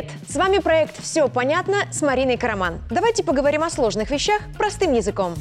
Привет! С вами проект «Все понятно» с Мариной Караман. Давайте поговорим о сложных вещах простым языком.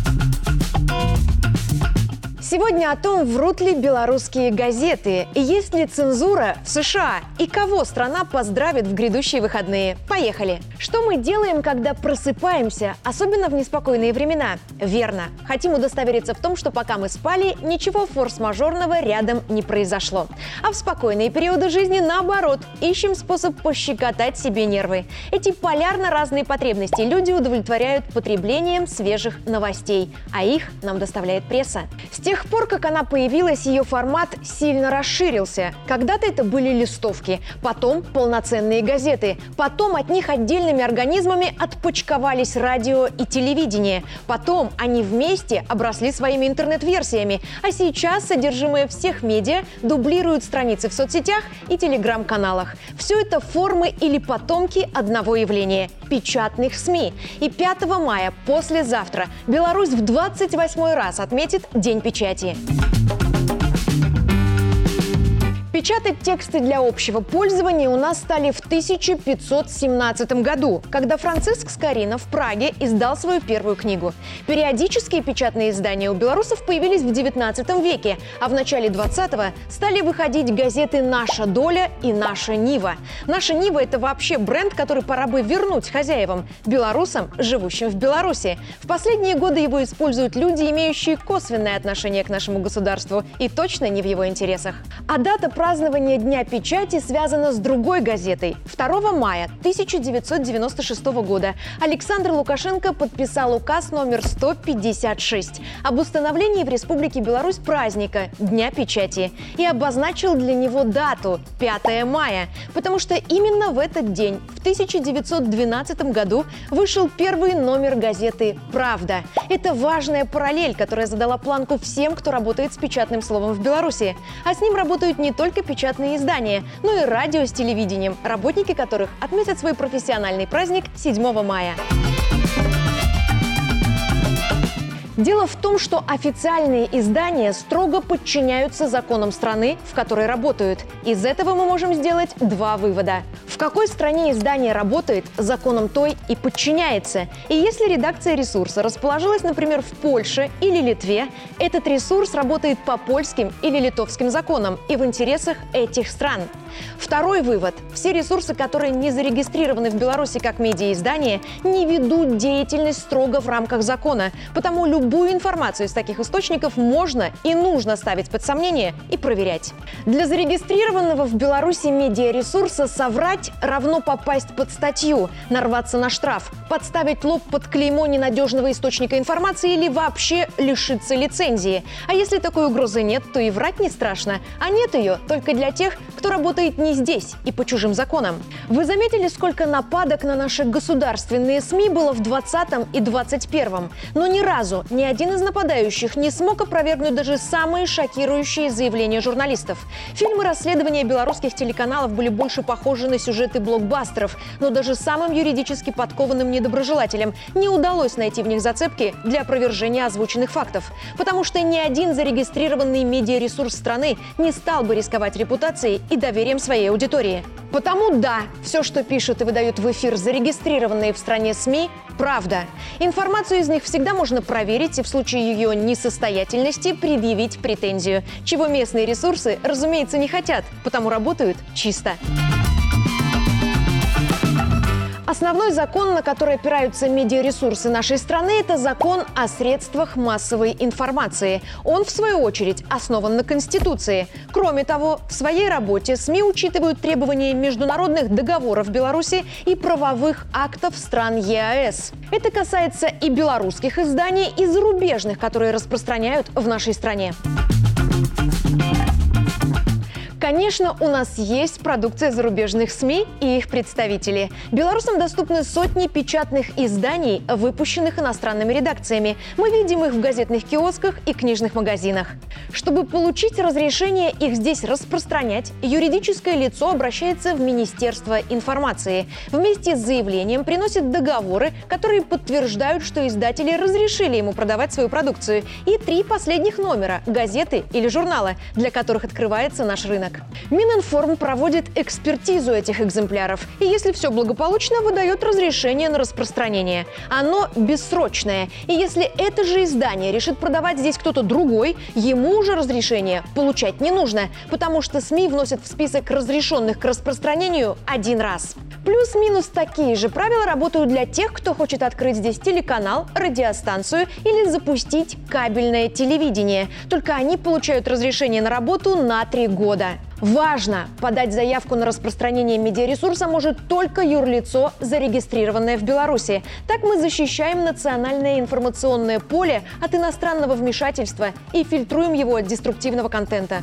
Сегодня о том, врут ли белорусские газеты, и есть ли цензура в США, и кого страна поздравит в грядущие выходные. Поехали! Что мы делаем, когда просыпаемся, особенно в неспокойные времена? Верно, хотим удостовериться в том, что пока мы спали, ничего форс-мажорного рядом не произошло. А в спокойные периоды жизни, наоборот, ищем способ пощекотать себе нервы. Эти полярно разные потребности люди удовлетворяют потреблением свежих новостей, а их нам доставляет пресса. С тех пор, как она появилась, ее формат сильно расширился. Когда-то это были листовки, потом полноценные газеты, потом от них отдельными организмами отпочковались радио и телевидение, потом они вместе обросли своими интернет-версиями, а сейчас содержимое всех медиа дублируют страницы в соцсетях и телеграм-каналах. Все это формы или потомки одного явления – печатных СМИ. И 5 мая, послезавтра, Беларусь в 28-й раз отметит День печати. Печатать тексты для общего пользования у нас стали в 1517 году, когда Франциск Скорина в Праге издал свою первую книгу. Периодические печатные издания у белорусов появились в 19 веке, а в начале 20-го стали выходить газеты «Наша доля» и «Наша Нива». «Наша Нива» — это вообще бренд, который пора бы вернуть хозяевам, белорусам, живущим в Беларуси. В последние годы его используют люди, имеющие косвенное отношение к нашему государству, и точно не в его интересах. А дата празднование Дня печати связано с другой газетой. 2 мая 1996 года Александр Лукашенко подписал указ номер 156 об установлении в Республике Беларусь праздника Дня печати и обозначил для него дату 5 мая, потому что именно в этот день, в 1912 году, вышел первый номер газеты «Правда». Это важная параллель, которая задала планку всем, кто работает с печатным словом в Беларуси. А с ним работают не только печатные издания, но и радио с телевидением, работники которых отметят свой профессиональный праздник 7 мая. Дело в том, что официальные издания строго подчиняются законам страны, в которой работают. Из этого мы можем сделать два вывода. В какой стране издание работает, законам той и подчиняется. И если редакция ресурса расположилась, например, в Польше или Литве, этот ресурс работает по польским или литовским законам и в интересах этих стран. Второй вывод. Все ресурсы, которые не зарегистрированы в Беларуси как медиаиздания, не ведут деятельность строго в рамках закона, потому любую информацию из таких источников можно и нужно ставить под сомнение и проверять. Для зарегистрированного в Беларуси медиаресурса соврать равно попасть под статью, нарваться на штраф, подставить лоб под клеймо ненадежного источника информации или вообще лишиться лицензии. А если такой угрозы нет, то и врать не страшно. А нет ее только для тех, кто работает не здесь и по чужим законам. Вы заметили, сколько нападок на наши государственные СМИ было в 20-м и 21-м? Но ни разу ни один из нападающих не смог опровергнуть даже самые шокирующие заявления журналистов. Фильмы расследования белорусских телеканалов были больше похожи на сюжеты блокбастеров, но даже самым юридически подкованным недоброжелателям не удалось найти в них зацепки для опровержения озвученных фактов. Потому что ни один зарегистрированный медиаресурс страны не стал бы рисковать репутацией и доверием своей аудитории. Потому да, все, что пишут и выдают в эфир зарегистрированные в стране СМИ, правда. Информацию из них всегда можно проверить и в случае ее несостоятельности предъявить претензию, чего местные ресурсы, разумеется, не хотят, потому работают чисто. Основной закон, на который опираются медиаресурсы нашей страны, это закон о средствах массовой информации. Он, в свою очередь, основан на Конституции. Кроме того, в своей работе СМИ учитывают требования международных договоров Беларуси и правовых актов стран ЕАЭС. Это касается и белорусских изданий, и зарубежных, которые распространяют в нашей стране. Конечно, у нас есть продукция зарубежных СМИ и их представители. Белорусам доступны сотни печатных изданий, выпущенных иностранными редакциями. Мы видим их в газетных киосках и книжных магазинах. Чтобы получить разрешение их здесь распространять, юридическое лицо обращается в Министерство информации. Вместе с заявлением приносит договоры, которые подтверждают, что издатели разрешили ему продавать свою продукцию, и 3 последних номера – газеты или журнала, для которых открывается наш рынок. Мининформ проводит экспертизу этих экземпляров и, если все благополучно, выдает разрешение на распространение. Оно бессрочное, и если это же издание решит продавать здесь кто-то другой, ему уже разрешение получать не нужно, потому что СМИ вносят в список разрешенных к распространению один раз. Плюс-минус такие же правила работают для тех, кто хочет открыть здесь телеканал, радиостанцию или запустить кабельное телевидение. Только они получают разрешение на работу на 3 года. Важно! Подать заявку на распространение медиаресурса может только юрлицо, зарегистрированное в Беларуси. Так мы защищаем национальное информационное поле от иностранного вмешательства и фильтруем его от деструктивного контента.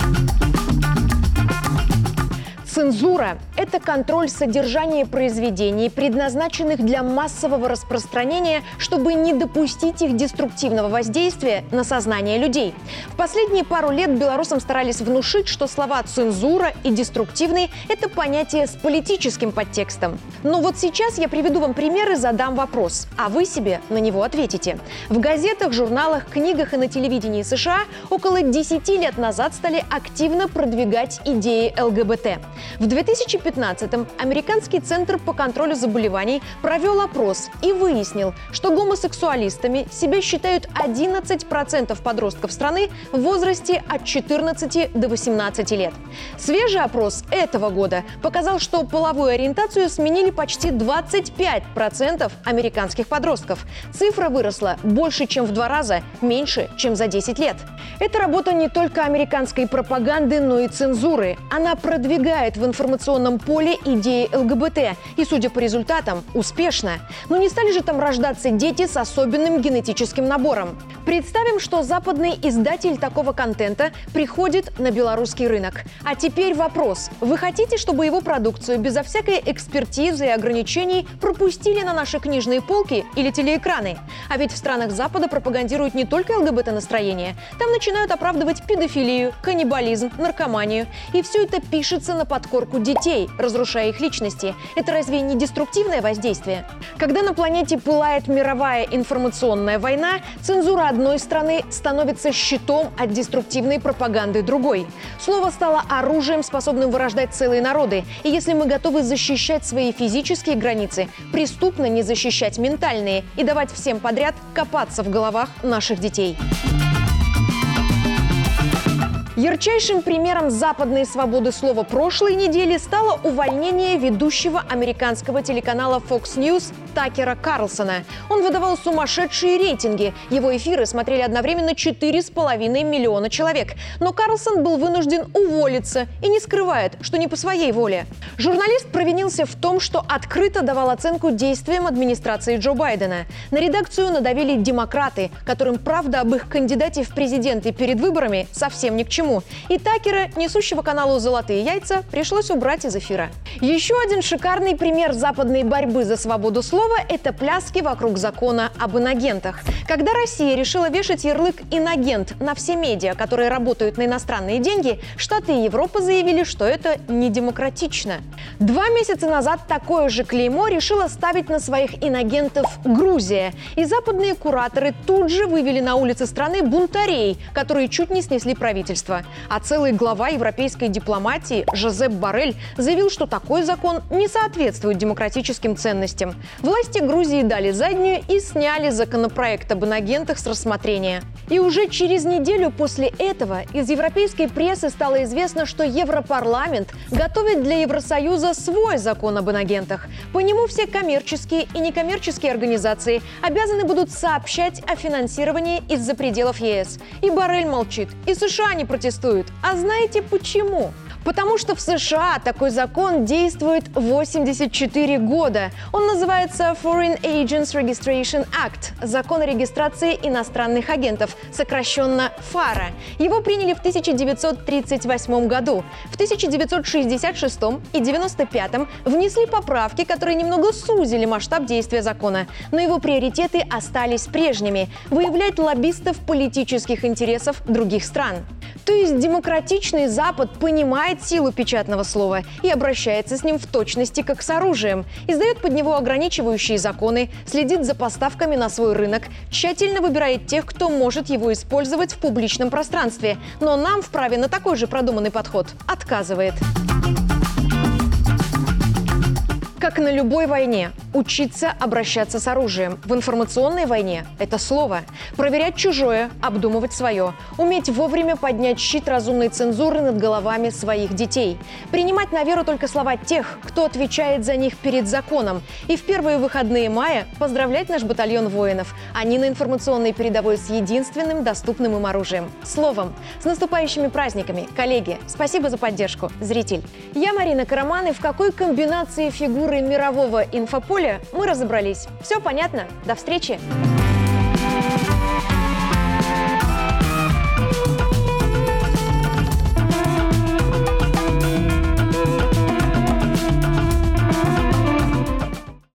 Цензура – это контроль содержания произведений, предназначенных для массового распространения, чтобы не допустить их деструктивного воздействия на сознание людей. В последние пару лет белорусам старались внушить, что слова «цензура» и «деструктивный» – это понятие с политическим подтекстом. Но вот сейчас я приведу вам пример и задам вопрос, а вы себе на него ответите. В газетах, журналах, книгах и на телевидении США около 10 лет назад стали активно продвигать идеи ЛГБТ. В 2015-м Американский центр по контролю заболеваний провел опрос и выяснил, что гомосексуалистами себя считают 11% подростков страны в возрасте от 14 до 18 лет. Свежий опрос этого года показал, что половую ориентацию сменили почти 25% американских подростков. Цифра выросла больше, чем в 2 раза, меньше, чем за 10 лет. Это работа не только американской пропаганды, но и цензуры. Она продвигает в информационном поле идеи ЛГБТ. И, судя по результатам, успешно. Но не стали же там рождаться дети с особенным генетическим набором. Представим, что западный издатель такого контента приходит на белорусский рынок. А теперь вопрос. Вы хотите, чтобы его продукцию безо всякой экспертизы и ограничений пропустили на наши книжные полки или телеэкраны? А ведь в странах Запада пропагандируют не только ЛГБТ-настроение. Там начинают оправдывать педофилию, каннибализм, наркоманию. И все это пишется на подкорку детей, разрушая их личности. Это разве не деструктивное воздействие? Когда на планете пылает мировая информационная война, цензура одной страны становится щитом от деструктивной пропаганды другой. Слово стало оружием, способным вырождать целые народы. И если мы готовы защищать свои физические границы, преступно не защищать ментальные и давать всем подряд копаться в головах наших детей. Ярчайшим примером западной свободы слова прошлой недели стало увольнение ведущего американского телеканала Fox News Такера Карлсона. Он выдавал сумасшедшие рейтинги. Его эфиры смотрели одновременно 4,5 миллиона человек. Но Карлсон был вынужден уволиться и не скрывает, что не по своей воле. Журналист провинился в том, что открыто давал оценку действиям администрации Джо Байдена. На редакцию надавили демократы, которым правда об их кандидате в президенты перед выборами совсем ни к чему. И Такера, несущего каналу «Золотые яйца», пришлось убрать из эфира. Еще один шикарный пример западной борьбы за свободу слова – это пляски вокруг закона об инагентах. Когда Россия решила вешать ярлык «инагент» на все медиа, которые работают на иностранные деньги, Штаты и Европа заявили, что это недемократично. 2 месяца назад такое же клеймо решила ставить на своих инагентов Грузия. И западные кураторы тут же вывели на улицы страны бунтарей, которые чуть не снесли правительство. А целый глава европейской дипломатии Жозеп Боррель заявил, что такой закон не соответствует демократическим ценностям. Власти Грузии дали заднюю и сняли законопроект об инагентах с рассмотрения. И уже через неделю после этого из европейской прессы стало известно, что Европарламент готовит для Евросоюза свой закон об инагентах. По нему все коммерческие и некоммерческие организации обязаны будут сообщать о финансировании из-за пределов ЕС. И Боррель молчит, и США не протестуют. А знаете почему? Потому что в США такой закон действует 84 года. Он называется Foreign Agents Registration Act – Закон о регистрации иностранных агентов, сокращенно ФАРА. Его приняли в 1938 году. В 1966 и 1995 внесли поправки, которые немного сузили масштаб действия закона. Но его приоритеты остались прежними – выявлять лоббистов политических интересов других стран. То есть демократичный Запад понимает силу печатного слова и обращается с ним в точности как с оружием, издает под него ограничивающие законы, следит за поставками на свой рынок, тщательно выбирает тех, кто может его использовать в публичном пространстве. Но нам в праве на такой же продуманный подход отказывает. Как на любой войне, учиться обращаться с оружием. В информационной войне – это слово. Проверять чужое, обдумывать свое. Уметь вовремя поднять щит разумной цензуры над головами своих детей. Принимать на веру только слова тех, кто отвечает за них перед законом. И в первые выходные мая поздравлять наш батальон воинов. Они на информационной передовой с единственным доступным им оружием – словом. С наступающими праздниками, коллеги! Спасибо за поддержку, зритель! Я Марина Караман, и в какой комбинации фигур мирового инфополя мы разобрались. Все понятно? До встречи!